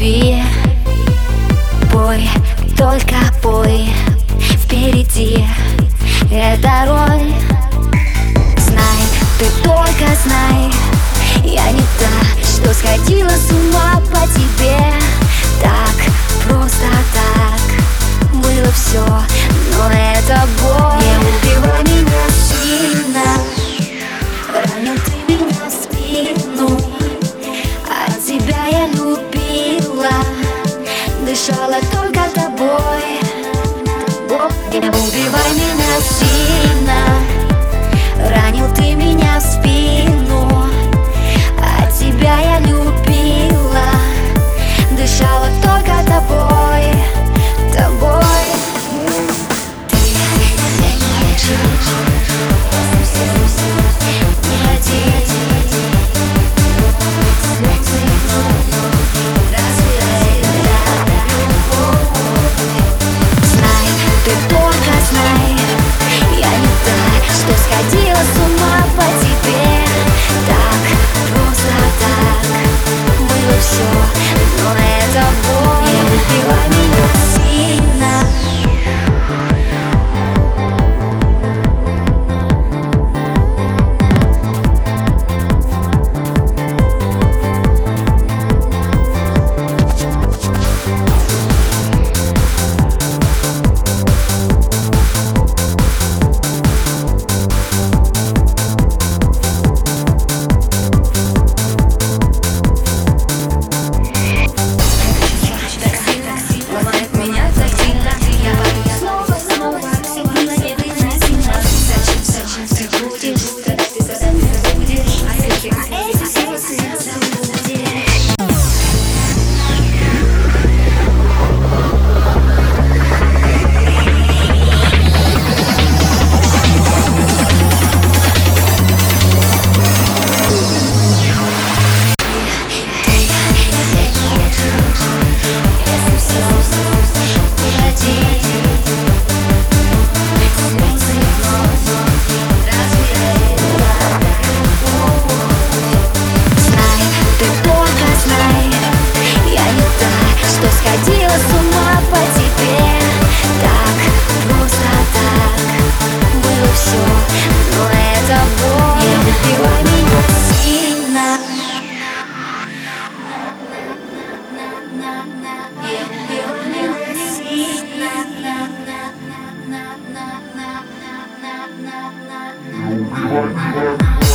любви. Пой, только пой, впереди эта роль. Знай, ты только знай, я не та, что сходила с ума по тебе. Так, просто так было все, но это боль. Не убивай меня сильно, ранил ты меня в спину. А тебя я любила, дышала только тобой. Не убивай меня сильно, ранил ты меня в спину. А тебя я любила, дышала только тобой, тобой. Ты не можешь уходить. Ты только знай, я не та, что сходила с ума по тебе. Так, просто так было все, но это боль. Не убивай меня сильно. Сходила с ума по тебе. Так, просто так было все, но это боль. Не убивай меня сильно. Не убивай меня сильно.